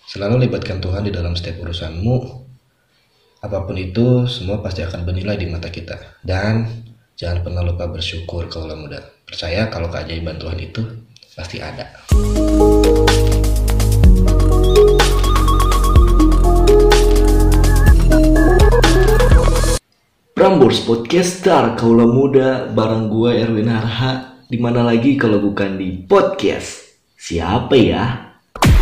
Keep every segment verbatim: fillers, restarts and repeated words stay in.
Selalu libatkan Tuhan di dalam setiap urusanmu. Apapun itu, semua pasti akan bernilai di mata kita. Dan jangan pernah lupa bersyukur kaulah muda. Percaya kalau keajaiban Tuhan itu pasti ada. Prambors Podcaster Kaula Muda bareng gue Erwin Harha. Dimana lagi kalau bukan di podcast siapa ya?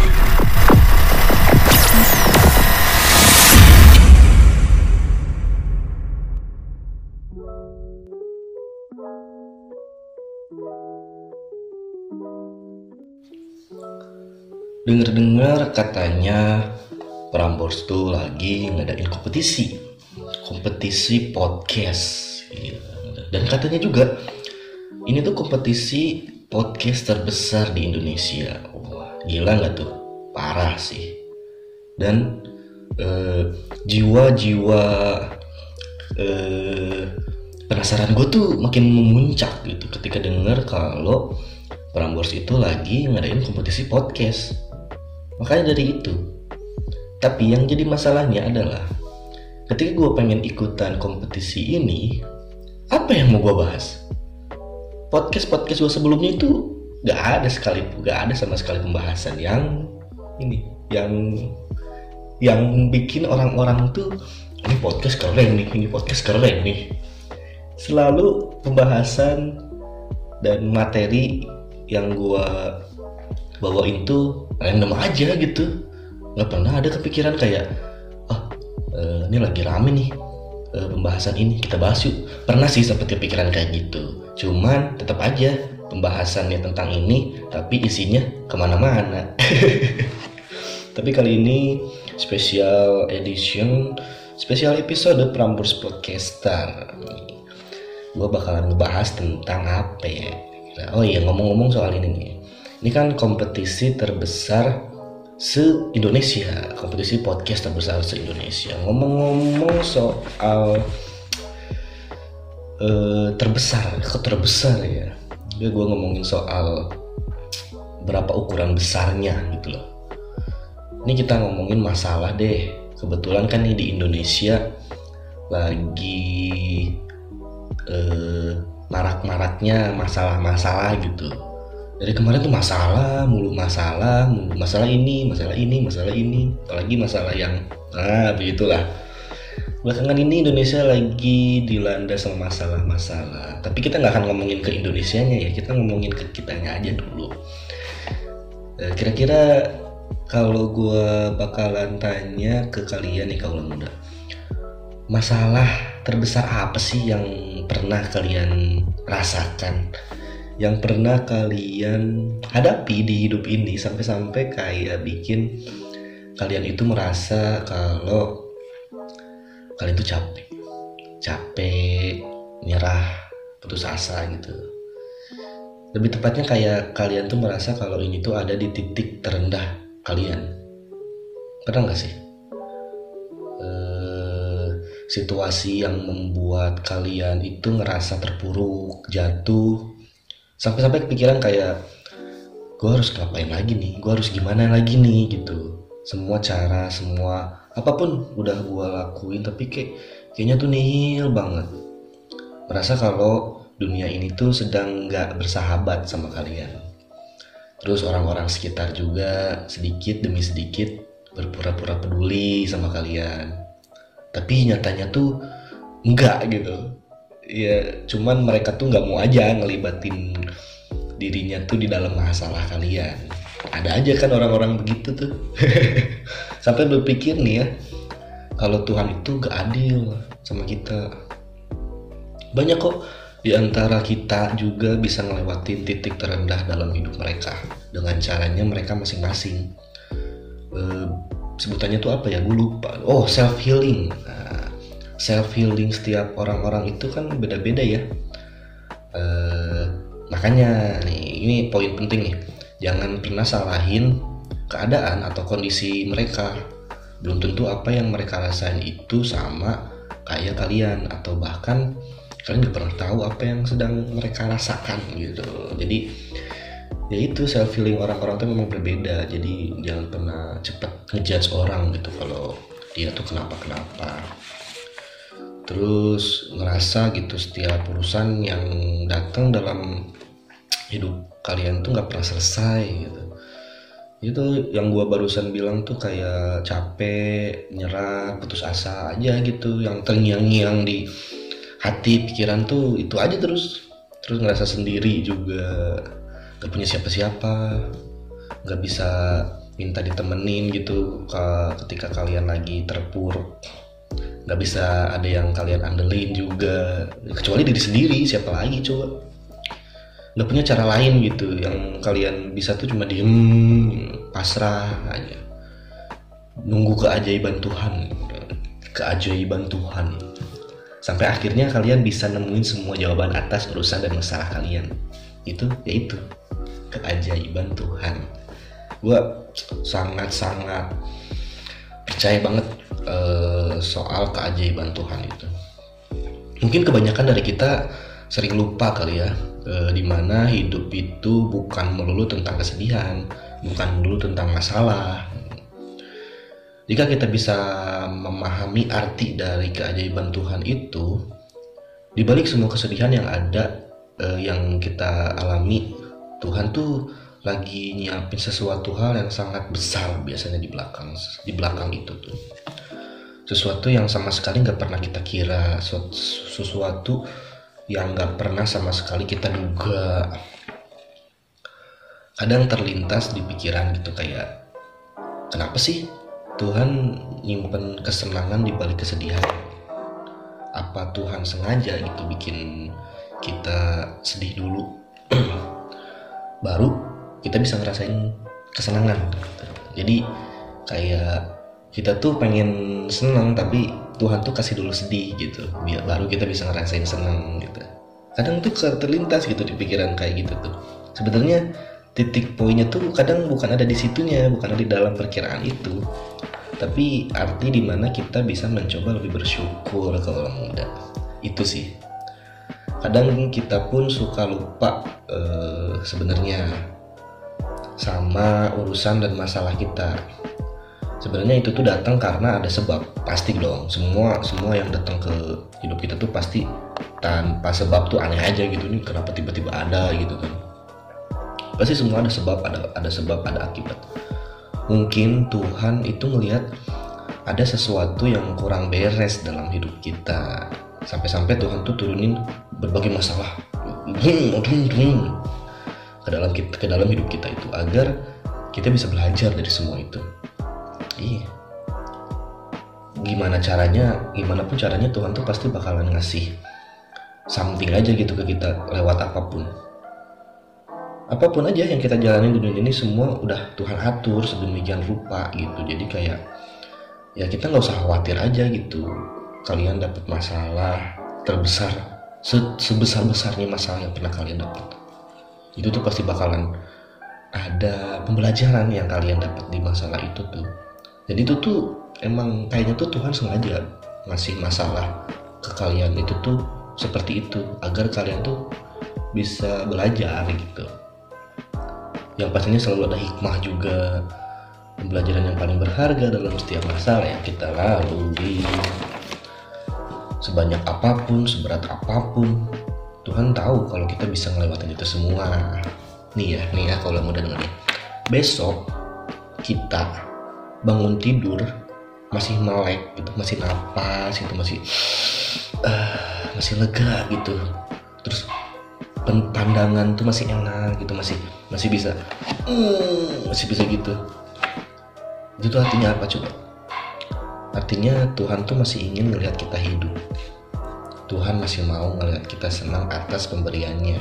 Dengar-dengar katanya Prambors tuh lagi ngadain kompetisi kompetisi podcast, dan katanya juga ini tuh kompetisi podcast terbesar di Indonesia. Wah, gila nggak tuh? Parah sih. Dan eh, jiwa-jiwa eh, penasaran gue tuh makin memuncak gitu ketika dengar kalau Prambors itu lagi ngadain kompetisi podcast. Makanya dari itu. Tapi yang jadi masalahnya adalah ketika gue pengen ikutan kompetisi ini, apa yang mau gue bahas? Podcast-podcast gue sebelumnya itu gak ada sekali, gak ada sama sekali pembahasan yang ini, yang yang bikin orang-orang tuh ini podcast keren nih, ini podcast keren nih. Selalu pembahasan dan materi yang gue bawain tuh random aja gitu. Gak pernah ada kepikiran kayak Uh, ini lagi rame nih uh, pembahasan ini, kita bahas yuk. Pernah sih sempat kepikiran kayak gitu, cuman tetap aja pembahasannya tentang ini tapi isinya kemana-mana. Tapi kali ini special edition, special episode Prambors Podcaster. Gue bakalan ngebahas tentang apa ya? Oh iya, ngomong-ngomong soal ini nih, ini kan kompetisi terbesar se-Indonesia, kompetisi podcast terbesar se-Indonesia. Ngomong-ngomong soal uh, terbesar, kok terbesar ya? Gue ngomongin soal berapa ukuran besarnya gitu loh. Ini kita ngomongin masalah deh. Kebetulan kan nih di Indonesia lagi uh, marak-maraknya masalah-masalah gitu. Dari kemarin tuh masalah, mulu masalah, mulu masalah ini, masalah ini, masalah ini, apalagi masalah yang, nah begitulah. Belakangan ini Indonesia lagi dilanda sama masalah-masalah. Tapi kita nggak akan ngomongin ke Indonesianya ya, kita ngomongin ke kitanya aja dulu. E, kira-kira kalau gue bakalan tanya ke kalian nih kaula muda, masalah terbesar apa sih yang pernah kalian rasakan? Yang pernah kalian hadapi di hidup ini sampai-sampai kayak bikin kalian itu merasa kalau kalian tuh capek, capek, nyerah, putus asa gitu. Lebih tepatnya kayak kalian tuh merasa kalau ini tuh ada di titik terendah kalian. Pernah nggak sih? Eh, situasi yang membuat kalian itu ngerasa terpuruk, jatuh. Sampai-sampai kepikiran kayak gue harus ngapain lagi nih, gue harus gimana lagi nih gitu. Semua cara, semua apapun udah gue lakuin tapi kayak kayaknya tuh nihil banget. Merasa kalau dunia ini tuh sedang gak bersahabat sama kalian. Terus orang-orang sekitar juga sedikit demi sedikit berpura-pura peduli sama kalian, tapi nyatanya tuh enggak gitu. Ya cuman mereka tuh nggak mau aja ngelibatin dirinya tuh di dalam masalah kalian. Ada aja kan orang-orang begitu tuh. Sampai berpikir nih ya, kalau Tuhan itu gak adil sama kita. Banyak kok di antara kita juga bisa ngelewatin titik terendah dalam hidup mereka dengan caranya mereka masing-masing. E, sebutannya tuh apa ya, gue lupa. Oh, self healing. Nah, self healing setiap orang-orang itu kan beda-beda ya. Uh, makanya nih, ini poin penting nih, jangan pernah salahin keadaan atau kondisi mereka. Belum tentu apa yang mereka rasain itu sama kayak kalian, atau bahkan kalian gak pernah tahu apa yang sedang mereka rasakan gitu. Jadi ya itu self healing orang-orang tuh memang berbeda, jadi jangan pernah cepat ngejudge orang gitu kalau dia tuh kenapa-kenapa. Terus ngerasa gitu setiap urusan yang datang dalam hidup kalian tuh nggak pernah selesai gitu. Itu yang gua barusan bilang tuh kayak capek, nyerah, putus asa aja gitu, yang terngiang-ngiang di hati pikiran tuh itu aja terus. Terus ngerasa sendiri juga, gak punya siapa-siapa, gak bisa minta ditemenin gitu ketika kalian lagi terpuruk, gak bisa ada yang kalian andelin juga kecuali diri sendiri. Siapa lagi coba? Gak punya cara lain gitu, yang kalian bisa tuh cuma diem, pasrah aja, nunggu keajaiban Tuhan, keajaiban Tuhan, sampai akhirnya kalian bisa nemuin semua jawaban atas urusan dan masalah kalian. Itu yaitu keajaiban Tuhan. Gue sangat-sangat percaya banget uh, soal keajaiban Tuhan itu. Mungkin kebanyakan dari kita sering lupa kali ya, uh, dimana hidup itu bukan melulu tentang kesedihan, bukan melulu tentang masalah. Jika kita bisa memahami arti dari keajaiban Tuhan itu, di balik semua kesedihan yang ada, eh, yang kita alami, Tuhan tuh lagi nyiapin sesuatu hal yang sangat besar biasanya di belakang, di belakang itu tuh. Sesuatu yang sama sekali nggak pernah kita kira, sesuatu yang nggak pernah sama sekali kita duga. Kadang terlintas di pikiran gitu kayak, kenapa sih Tuhan nyimpen kesenangan di balik kesedihan? Apa Tuhan sengaja gitu bikin kita sedih dulu baru kita bisa ngerasain kesenangan gitu. Jadi kayak kita tuh pengen senang tapi Tuhan tuh kasih dulu sedih gitu, biar baru kita bisa ngerasain senang gitu. Kadang tuh terlintas gitu di pikiran kayak gitu tuh. Sebenarnya titik poinnya tuh kadang bukan ada di situnya, bukan ada di dalam perkiraan itu, tapi arti dimana kita bisa mencoba lebih bersyukur ke orang muda. Itu sih. Kadang kita pun suka lupa eh, sebenarnya sama urusan dan masalah kita. Sebenarnya itu tuh datang karena ada sebab, pasti dong. Semua semua yang datang ke hidup kita tuh pasti tanpa sebab tuh aneh aja gitu. Nih kenapa tiba-tiba ada gitu kan? Pasti semua ada sebab, ada ada sebab, ada akibat. Mungkin Tuhan itu melihat ada sesuatu yang kurang beres dalam hidup kita, sampai-sampai Tuhan tuh turunin berbagai masalah ke dalam ke dalam hidup kita itu agar kita bisa belajar dari semua itu. Iya. Gimana caranya, gimana pun caranya Tuhan tuh pasti bakalan ngasih something aja gitu ke kita lewat apapun. Apapun aja yang kita jalanin di dunia ini semua udah Tuhan atur sedemikian rupa gitu. Jadi kayak ya kita nggak usah khawatir aja gitu. Kalian dapat masalah terbesar, se- sebesar-besarnya masalah yang pernah kalian dapat, itu tuh pasti bakalan ada pembelajaran yang kalian dapat di masalah itu tuh. Jadi itu tuh emang kayaknya tuh Tuhan sengaja ngasih masalah ke kalian itu tuh seperti itu agar kalian tuh bisa belajar gitu. Yang pastinya selalu ada hikmah juga, pembelajaran yang paling berharga dalam setiap masalah yang kita lalui. Sebanyak apapun, seberat apapun, Tuhan tahu kalau kita bisa ngelewatin itu semua. Nih ya, nih ya kalau mudah dengar nih. Besok kita bangun tidur masih melek gitu, masih napas gitu, masih uh, masih lega gitu. Terus pandangan tuh masih enak gitu, masih masih bisa mm, masih bisa gitu. Itu tuh artinya apa coba? Artinya Tuhan tuh masih ingin ngelihat kita hidup. Tuhan masih mau ngelihat kita senang atas pemberiannya.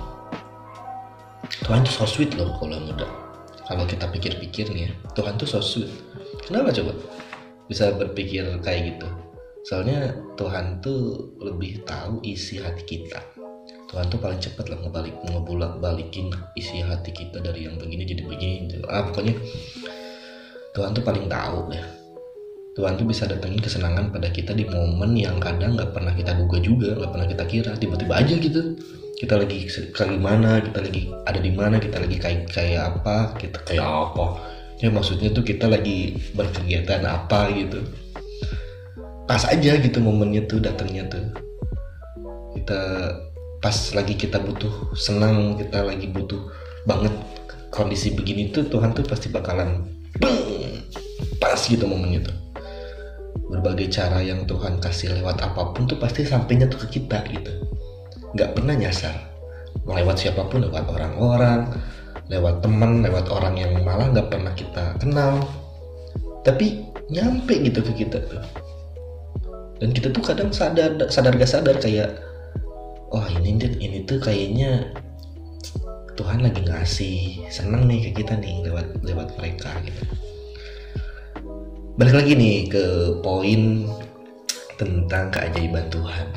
Tuhan tuh so sweet loh kalau muda. Kalau kita pikir-pikir nih ya, Tuhan tuh so sweet. Kenapa coba bisa berpikir kayak gitu? Soalnya Tuhan tuh lebih tahu isi hati kita. Tuhan tuh paling cepat lah ngebalik ngebulak balikin isi hati kita dari yang begini jadi begini. Ah pokoknya Tuhan tuh paling tahu deh. Tuhan tuh bisa datengin kesenangan pada kita di momen yang kadang nggak pernah kita duga juga, nggak pernah kita kira, tiba-tiba aja gitu. kita lagi kayak gimana, kita lagi ada di mana, kita lagi kayak kayak apa, kita kayak apa. Ya maksudnya tuh kita lagi berkegiatan apa gitu. Pas aja gitu momennya tuh datangnya tuh. Kita pas lagi kita butuh senang, kita lagi butuh banget kondisi begini tuh, Tuhan tuh pasti bakalan beng, pas gitu momennya tuh. Berbagai cara yang Tuhan kasih lewat apapun tuh pasti sampainya tuh ke kita gitu. Gak pernah nyasar, lewat siapapun, lewat orang-orang, lewat teman, lewat orang yang malah gak pernah kita kenal, tapi nyampe gitu ke kita tuh. Dan kita tuh kadang sadar sadar gak sadar kayak, oh ini ini tuh kayaknya Tuhan lagi ngasih senang nih ke kita nih lewat lewat mereka gitu. Balik lagi nih ke poin tentang keajaiban Tuhan.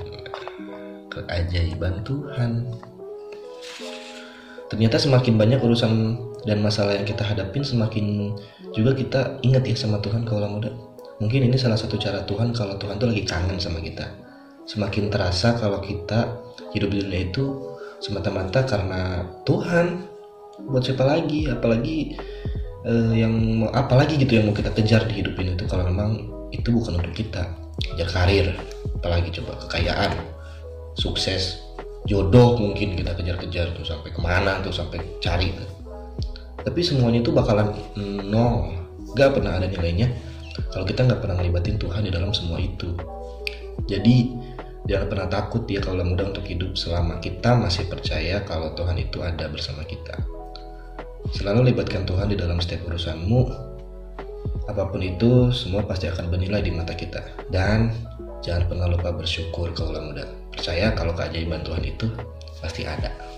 Keajaiban Tuhan. Ternyata semakin banyak urusan dan masalah yang kita hadapin, semakin juga kita ingat ya sama Tuhan kaulah muda. Mungkin ini salah satu cara Tuhan kalau Tuhan tuh lagi kangen sama kita. Semakin terasa kalau kita hidup di dunia itu semata-mata karena Tuhan. Buat siapa lagi? Apalagi eh, yang apalagi gitu yang mau kita kejar di hidup ini tuh kalau memang itu bukan untuk kita. Kejar karir, apalagi coba kekayaan, sukses, jodoh mungkin kita kejar-kejar tuh sampai kemana tuh, sampai cari tuh. Tapi semuanya tuh bakalan nol, gak pernah ada nilainya kalau kita gak pernah ngelibatin Tuhan di dalam semua itu. Jadi jangan pernah takut ya kaulah muda untuk hidup selama kita masih percaya kalau Tuhan itu ada bersama kita. Selalu libatkan Tuhan di dalam setiap urusanmu. Apapun itu, semua pasti akan bernilai di mata kita. Dan jangan pernah lupa bersyukur kaulah muda. Percaya kalau keajaiban Tuhan itu pasti ada.